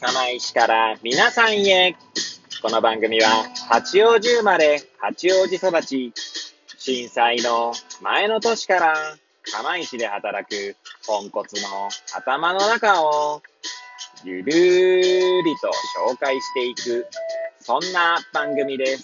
釜石から皆さんへ。この番組は八王子生まれ、八王子育ち、震災の前の年から釜石で働くポンコツの頭の中をゆるーりと紹介していく、そんな番組です。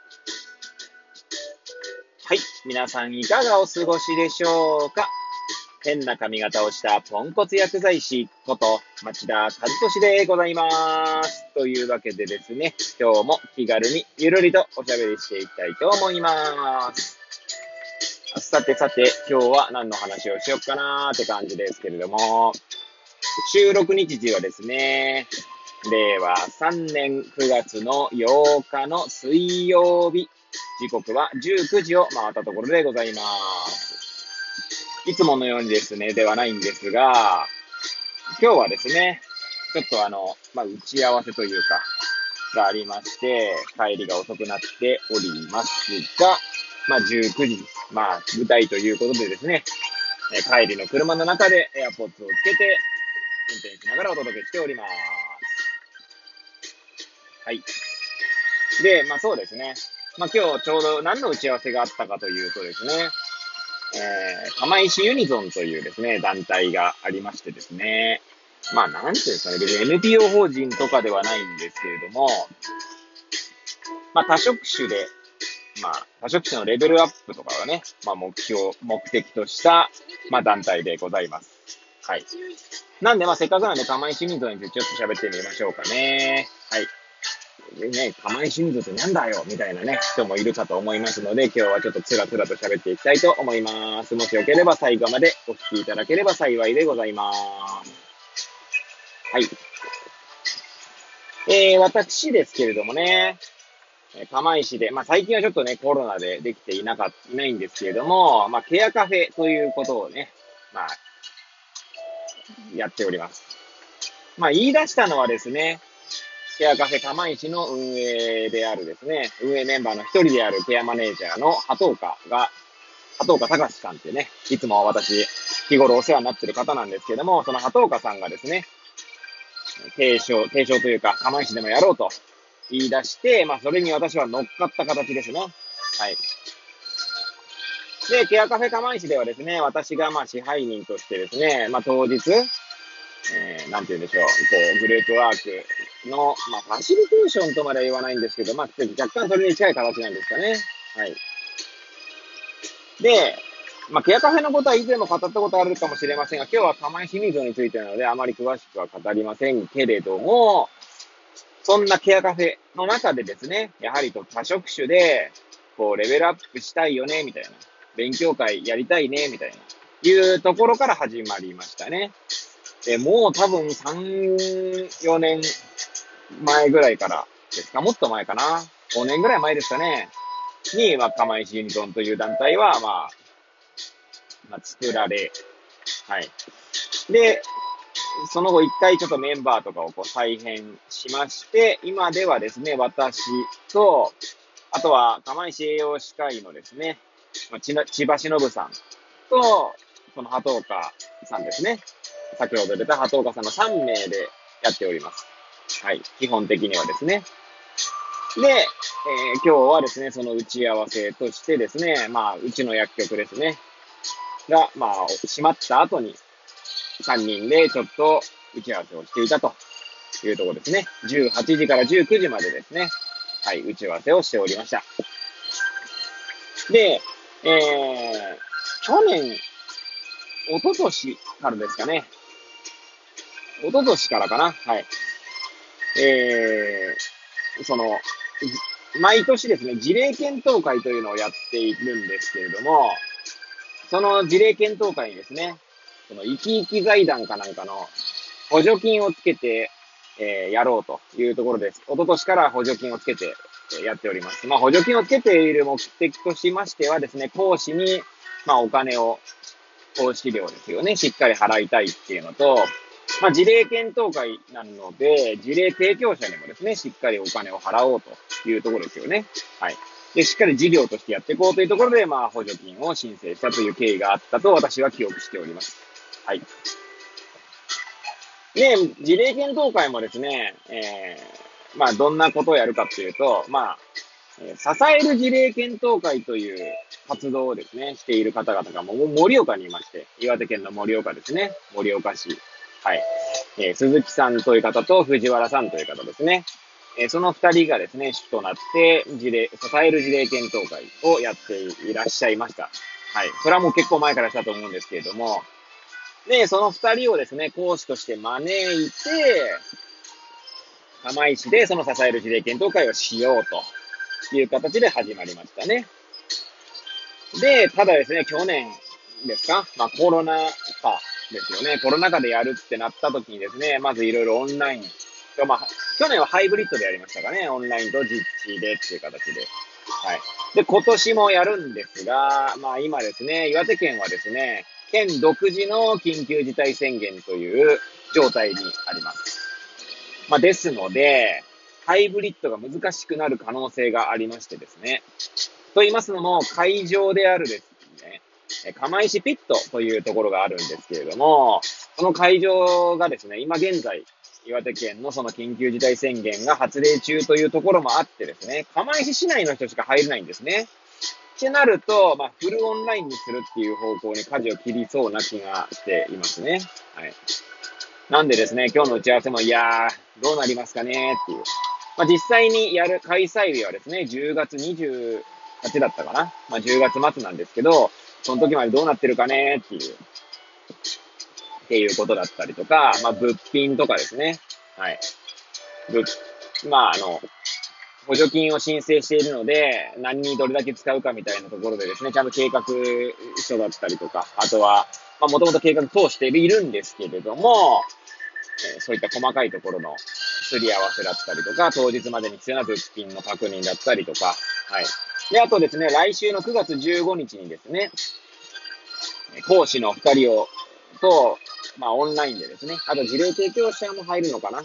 はい、皆さんいかがお過ごしでしょうか。変な髪型をしたポンコツ薬剤師こと町田和俊でございます。というわけでですね、今日も気軽にゆるりとおしゃべりしていきたいと思います。さて、今日は何の話をしよっかなーって感じですけれども、収録日時はですね、令和3年9月の8日の水曜日、時刻は19時を回ったところでございます。いつものようにですね、ではないんですが、今日はですね、ちょっと打ち合わせというか、がありまして、帰りが遅くなっておりますが、19時、舞台ということでですね、帰りの車の中でエアポッツをつけて、運転しながらお届けしております。はい。で、そうですね。今日ちょうど何の打ち合わせがあったかというとですね、釜石ユニゾンというですね、団体がありましてですね、なんていうんですかね、別に NPO 法人とかではないんですけれども、多職種で、多職種のレベルアップとかがね、目的とした、団体でございます。はい。なんで、せっかくなんで釜石ユニゾンについてちょっと喋ってみましょうかね。はい。ね、釜石ユニゾンってなんだよみたいなね、人もいるかと思いますので、今日はちょっとつらつらと喋っていきたいと思います。もしよければ最後までお聞きいただければ幸いでございます。はい。私ですけれどもね、釜石で、最近はちょっとね、コロナでできていないんですけれども、ケアカフェということをね、やっております。言い出したのはですね、ケアカフェ釜石の運営であるですね、運営メンバーの一人であるケアマネージャーの鳩岡隆さんってね、いつも私、日頃お世話になっている方なんですけども、その鳩岡さんがですね、提唱というか、釜石でもやろうと言い出して、それに私は乗っかった形ですね。はい。で、ケアカフェ釜石ではですね、私が支配人としてですね、当日、なんて言うんでしょう、グループワークの、ファシリテーションとまでは言わないんですけど、若干それに近い形なんですかね。はい。で、ケアカフェのことは以前も語ったことあるかもしれませんが、今日は釜石ユニゾンについてなので、あまり詳しくは語りませんけれども、そんなケアカフェの中でですね、やはり多職種で、レベルアップしたいよね、みたいな。勉強会やりたいね、みたいな。いうところから始まりましたね。もう多分3、4年前ぐらいからですか、もっと前かな。5年ぐらい前ですかね。に、釜石ユニゾンという団体は、作られ、はい。で、その後一回ちょっとメンバーとかを再編しまして、今ではですね、私と、あとは釜石栄養士会のですね、千葉忍さんと、その鳩岡さんですね。先ほど出た鳩岡さんの3名でやっております。はい。基本的にはですね。で、今日はですね、その打ち合わせとしてですね、うちの薬局ですね。が、閉まった後に、3人でちょっと打ち合わせをしていたというところですね。18時から19時までですね。はい、打ち合わせをしておりました。で、去年、一昨年からですかね。一昨年からかな。はい。毎年ですね、事例検討会というのをやっているんですけれども、その事例検討会にですね、その生き生き財団かなんかの補助金をつけて、やろうというところです。一昨年から補助金をつけて、やっております。補助金をつけている目的としましてはですね、講師に、お金を、講師料ですよね、しっかり払いたいっていうのと、事例検討会なので、事例提供者にもですね、しっかりお金を払おうというところですよね。はい。で、しっかり事業としてやっていこうというところで、補助金を申請したという経緯があったと私は記憶しております。はい。 で、事例検討会もですね、どんなことをやるかっていうと、支える事例検討会という活動をですね、している方々がもう盛岡にいまして、岩手県の盛岡ですね、盛岡市。はい。鈴木さんという方と藤原さんという方ですね。その二人がですね、主となって、支える事例検討会をやっていらっしゃいました。はい。それはもう結構前からしたと思うんですけれども、で、その二人をですね、講師として招いて、釜石でその支える事例検討会をしようという形で始まりましたね。で、ただですね、去年ですか、コロナ禍ですよね。コロナ禍でやるってなった時にですね、まずいろいろオンライン、去年はハイブリッドでやりましたかね。オンラインと実地でっていう形で。はい。で、今年もやるんですが、今ですね、岩手県はですね、県独自の緊急事態宣言という状態にあります。ですので、ハイブリッドが難しくなる可能性がありましてですね。と言いますのも、会場であるですね、釜石ピットというところがあるんですけれども、その会場がですね、今現在、岩手県のその緊急事態宣言が発令中というところもあってですね、釜石市内の人しか入れないんですね。ってなると、フルオンラインにするっていう方向に舵を切りそうな気がしていますね。はい。なんでですね、今日の打ち合わせも、どうなりますかねっていう。実際にやる開催日はですね、10月28だったかな。10月末なんですけど、その時までどうなってるかねっていうことだったりとか、物品とかですね。はい。物、まあ、あの、補助金を申請しているので、何にどれだけ使うかみたいなところでですね、ちゃんと計画書だったりとか、あとは、もともと計画通しているんですけれども、そういった細かいところのすり合わせだったりとか、当日までに必要な物品の確認だったりとか、はい。で、あとですね、来週の9月15日にですね、講師の2人と、オンラインでですね、あと事例提供者も入るのかな。はい。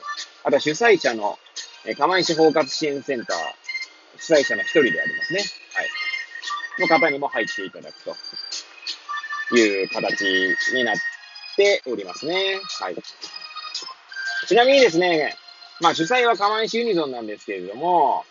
あと主催者の、釜石包括支援センター、主催者の1人でありますね。はい。の方にも入っていただくという形になっておりますね。はい。ちなみにですね、主催は釜石ユニゾンなんですけれども、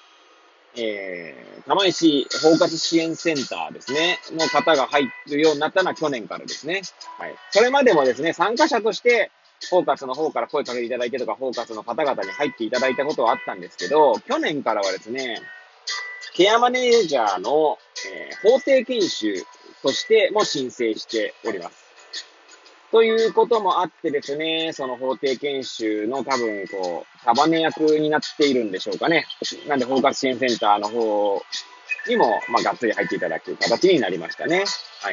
釜石包括支援センターですね、の方が入るようになったのは去年からですね。はい。それまでもですね、参加者として、包括の方から声かけていただいてとか、包括の方々に入っていただいたことはあったんですけど、去年からはですね、ケアマネージャーの、法定研修としても申請しております。ということもあってですね、その法定研修の多分、束ね役になっているんでしょうかね。なんで、包括支援センターの方にも、がっつり入っていただく形になりましたね。はい。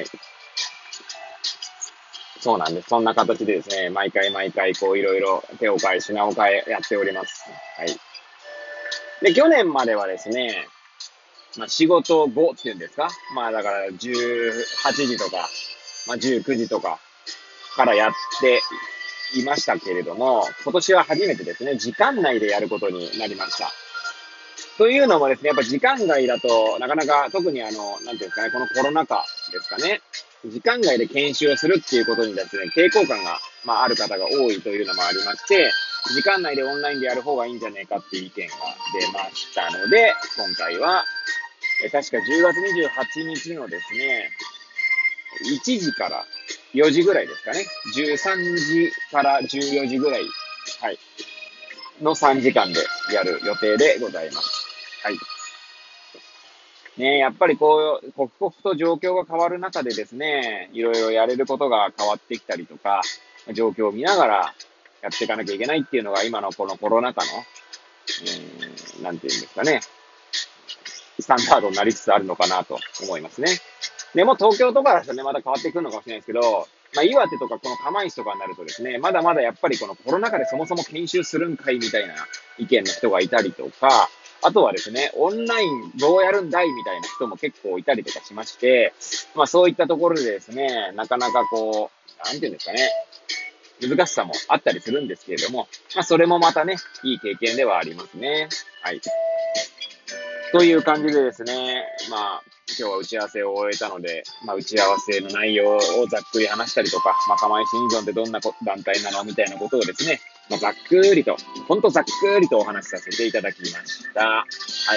そうなんです。そんな形でですね、毎回毎回、いろいろ手を変え、品を変えやっております。はい。で、去年まではですね、仕事後っていうんですか、だから18時とか、19時とかからやっていましたけれども、今年は初めてですね、時間内でやることになりました。というのもですね、やっぱ時間外だと、なかなか、特になんていうんですかね、このコロナ禍ですかね、時間外で研修をするっていうことにですね、抵抗感が、ある方が多いというのもありまして、時間内でオンラインでやる方がいいんじゃねえかっていう意見が出ましたので、今回は、確か10月28日のですね、1時から4時ぐらいですかね。13時から14時ぐらい、はい、の3時間でやる予定でございます。はい。ね、やっぱり刻々と状況が変わる中でですね、いろいろやれることが変わってきたりとか、状況を見ながらやっていかなきゃいけないっていうのが今のこのコロナ禍の、なんていうんですかね、スタンダードになりつつあるのかなと思いますね。でも東京とかだとね、また変わってくるのかもしれないですけど、岩手とかこの釜石とかになるとですね、まだまだやっぱりこのコロナ禍でそもそも研修するんかいみたいな意見の人がいたりとか、あとはですね、オンラインどうやるんだいみたいな人も結構いたりとかしまして、そういったところでですね、なかなかなんていうんですかね、難しさもあったりするんですけれども、それもまたね、いい経験ではありますね。はい。という感じでですね、 今日は打ち合わせを終えたので、打ち合わせの内容をざっくり話したりとか、釜石依存ってどんな団体なのみたいなことをですね、ざっくりと、ほんとざっくりとお話しさせていただきました。はい。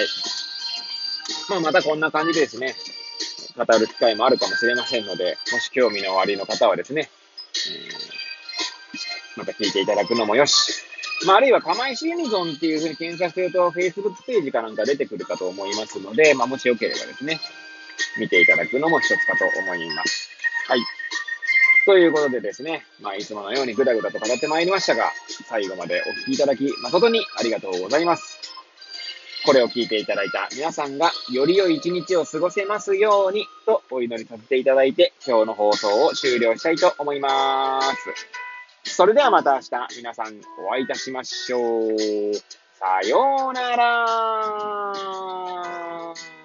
またこんな感じでですね、語る機会もあるかもしれませんので、もし興味のおありの方はですね、また聞いていただくのもよし、あるいは釜石ユニゾンっていう風に検索すると Facebook ページかなんか出てくるかと思いますので、もしよければですね、見ていただくのも一つかと思います。はい。ということでですね、いつものようにぐだぐだと語ってまいりましたが、最後までお聞きいただき誠にありがとうございます。これを聞いていただいた皆さんがより良い一日を過ごせますようにとお祈りさせていただいて、今日の放送を終了したいと思います。それではまた明日皆さんお会いいたしましょう。さようなら。